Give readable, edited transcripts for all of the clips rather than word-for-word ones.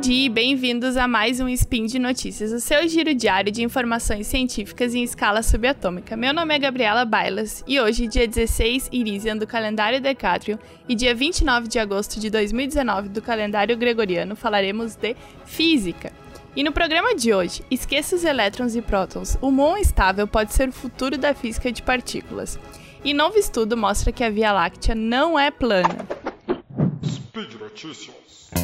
dia e bem-vindos a mais um Spin de Notícias, o seu giro diário de informações científicas em escala subatômica. Meu nome é Gabriela Bailas e hoje, dia 16 Irisian do calendário Decátrio e dia 29 de agosto de 2019 do calendário Gregoriano, falaremos de física. E no programa de hoje, esqueça os elétrons e prótons, o muon estável pode ser o futuro da física de partículas. E novo estudo mostra que a Via Láctea não é plana. Speed Notícias.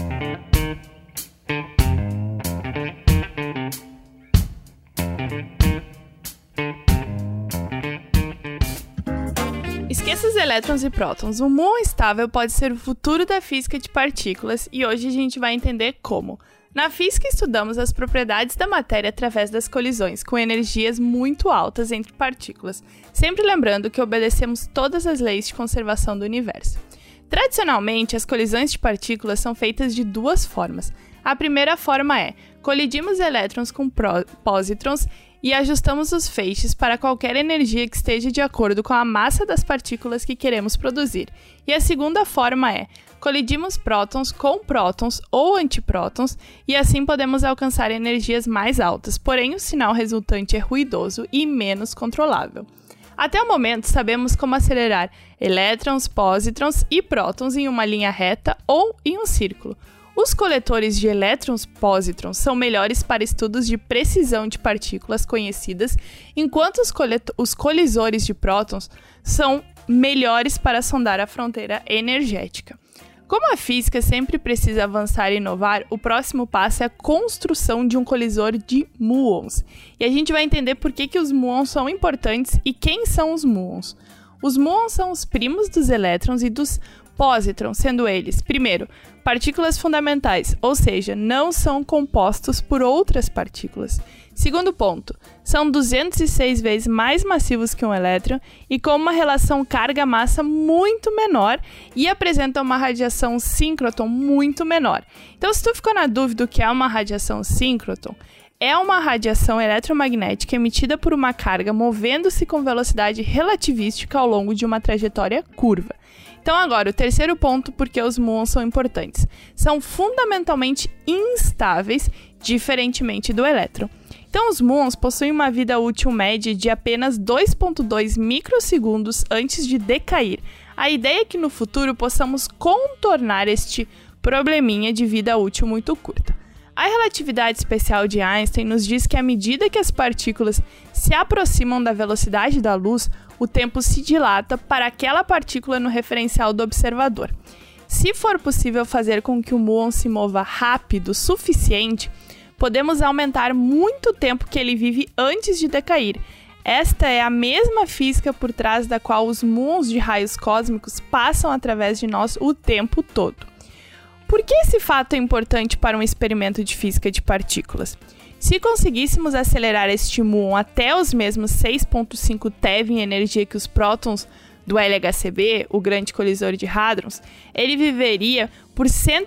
Esqueça os elétrons e prótons. O muon estável pode ser o futuro da física de partículas e hoje a gente vai entender como. Na física, estudamos as propriedades da matéria através das colisões, com energias muito altas entre partículas, sempre lembrando que obedecemos todas as leis de conservação do universo. Tradicionalmente, as colisões de partículas são feitas de duas formas. A primeira forma é: colidimos elétrons com pósitrons e ajustamos os feixes para qualquer energia que esteja de acordo com a massa das partículas que queremos produzir. E a segunda forma é: colidimos prótons com prótons ou antiprótons e assim podemos alcançar energias mais altas, porém o sinal resultante é ruidoso e menos controlável. Até o momento, sabemos como acelerar elétrons, pósitrons e prótons em uma linha reta ou em um círculo. Os coletores de elétrons pósitrons são melhores para estudos de precisão de partículas conhecidas, enquanto os colisores de prótons são melhores para sondar a fronteira energética. Como a física sempre precisa avançar e inovar, o próximo passo é a construção de um colisor de muons. E a gente vai entender por que os muons são importantes e quem são os muons. Os muons são os primos dos elétrons e dos pósitrons, sendo eles, primeiro, partículas fundamentais, ou seja, não são compostos por outras partículas. Segundo ponto, são 206 vezes mais massivos que um elétron e com uma relação carga-massa muito menor e apresentam uma radiação síncroton muito menor. Então, se tu ficou na dúvida do que é uma radiação síncroton, é uma radiação eletromagnética emitida por uma carga movendo-se com velocidade relativística ao longo de uma trajetória curva. Então agora, o terceiro ponto porque os muons são importantes. São fundamentalmente instáveis, diferentemente do elétron. Então os muons possuem uma vida útil média de apenas 2,2 microsegundos antes de decair. A ideia é que no futuro possamos contornar este probleminha de vida útil muito curta. A relatividade especial de Einstein nos diz que à medida que as partículas se aproximam da velocidade da luz, o tempo se dilata para aquela partícula no referencial do observador. Se for possível fazer com que o muon se mova rápido o suficiente, podemos aumentar muito o tempo que ele vive antes de decair. Esta é a mesma física por trás da qual os muons de raios cósmicos passam através de nós o tempo todo. Por que esse fato é importante para um experimento de física de partículas? Se conseguíssemos acelerar este muon até os mesmos 6,5 TeV em energia que os prótons do LHCb, o grande colisor de hadrons, ele viveria por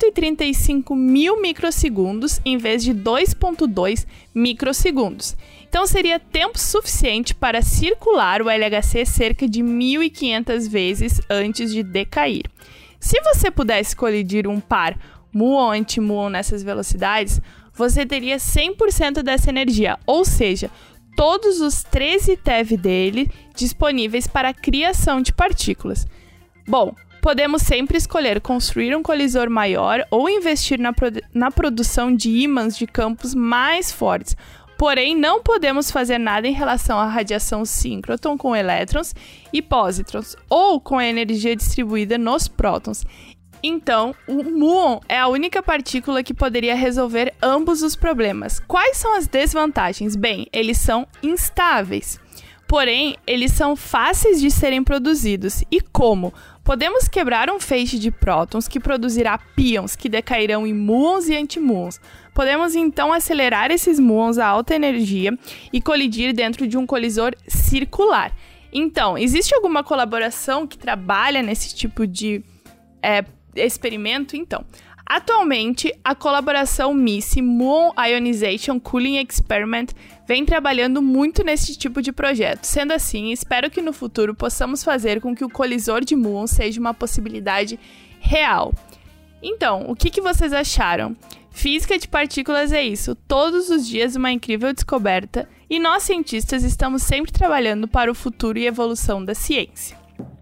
135 mil microsegundos em vez de 2,2 microsegundos. Então seria tempo suficiente para circular o LHC cerca de 1.500 vezes antes de decair. Se você pudesse colidir um par muon-antimuon nessas velocidades, você teria 100% dessa energia, ou seja, todos os 13 TeV dele disponíveis para a criação de partículas. Bom, podemos sempre escolher construir um colisor maior ou investir na produção de ímãs de campos mais fortes, porém não podemos fazer nada em relação à radiação síncroton com elétrons e pósitrons ou com a energia distribuída nos prótons. Então, o muon é a única partícula que poderia resolver ambos os problemas. Quais são as desvantagens? Bem, eles são instáveis. Porém, eles são fáceis de serem produzidos. E como? Podemos quebrar um feixe de prótons que produzirá pions que decairão em muons e antimuons. Podemos então acelerar esses muons a alta energia e colidir dentro de um colisor circular. Então, existe alguma colaboração que trabalha nesse tipo de experimento? Então, atualmente, a colaboração MICE, Muon Ionization Cooling Experiment, vem trabalhando muito nesse tipo de projeto. Sendo assim, espero que no futuro possamos fazer com que o colisor de muon seja uma possibilidade real. Então, o que vocês acharam? Física de partículas é isso, todos os dias uma incrível descoberta, e nós cientistas estamos sempre trabalhando para o futuro e evolução da ciência.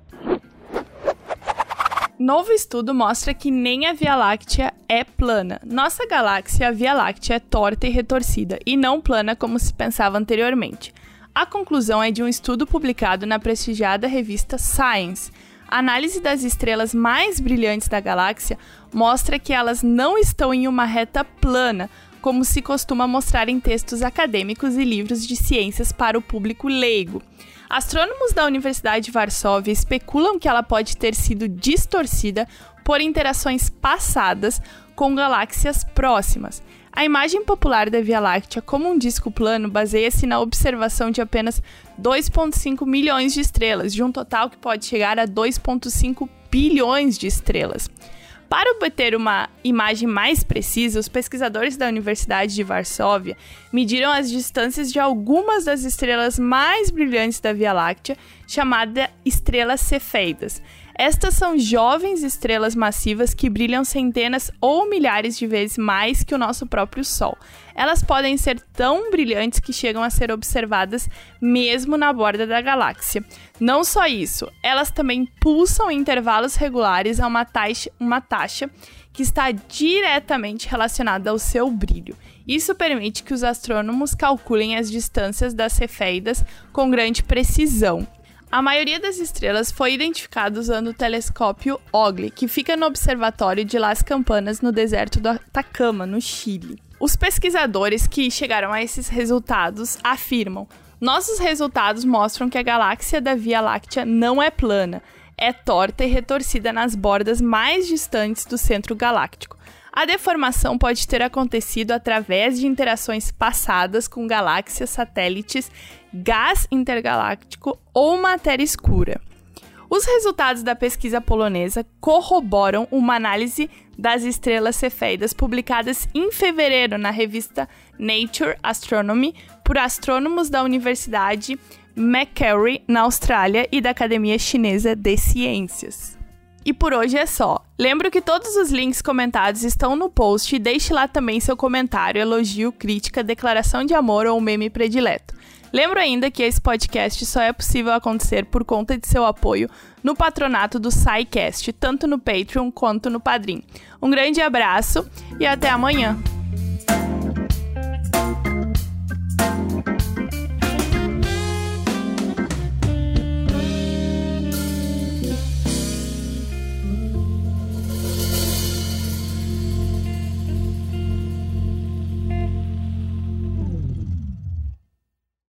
Novo estudo mostra que nem a Via Láctea é plana. Nossa galáxia, a Via Láctea, é torta e retorcida, e não plana como se pensava anteriormente. A conclusão é de um estudo publicado na prestigiada revista Science. A análise das estrelas mais brilhantes da galáxia mostra que elas não estão em uma reta plana, como se costuma mostrar em textos acadêmicos e livros de ciências para o público leigo. Astrônomos da Universidade de Varsóvia especulam que ela pode ter sido distorcida por interações passadas com galáxias próximas. A imagem popular da Via Láctea como um disco plano baseia-se na observação de apenas 2,5 milhões de estrelas, de um total que pode chegar a 2,5 bilhões de estrelas. Para obter uma imagem mais precisa, os pesquisadores da Universidade de Varsóvia mediram as distâncias de algumas das estrelas mais brilhantes da Via Láctea, chamadas estrelas cefeidas. Estas são jovens estrelas massivas que brilham centenas ou milhares de vezes mais que o nosso próprio Sol. Elas podem ser tão brilhantes que chegam a ser observadas mesmo na borda da galáxia. Não só isso, elas também pulsam em intervalos regulares a uma taxa que está diretamente relacionada ao seu brilho. Isso permite que os astrônomos calculem as distâncias das cefeidas com grande precisão. A maioria das estrelas foi identificada usando o telescópio Ogle, que fica no observatório de Las Campanas, no deserto do Atacama, no Chile. Os pesquisadores que chegaram a esses resultados afirmam: nossos resultados mostram que a galáxia da Via Láctea não é plana, é torta e retorcida nas bordas mais distantes do centro galáctico. A deformação pode ter acontecido através de interações passadas com galáxias, satélites, gás intergaláctico ou matéria escura. Os resultados da pesquisa polonesa corroboram uma análise das estrelas cefeidas publicadas em fevereiro na revista Nature Astronomy por astrônomos da Universidade Macquarie, na Austrália, e da Academia Chinesa de Ciências. E por hoje é só. Lembro que todos os links comentados estão no post e deixe lá também seu comentário, elogio, crítica, declaração de amor ou meme predileto. Lembro ainda que esse podcast só é possível acontecer por conta de seu apoio no patronato do SciCast, tanto no Patreon quanto no Padrim. Um grande abraço e até amanhã!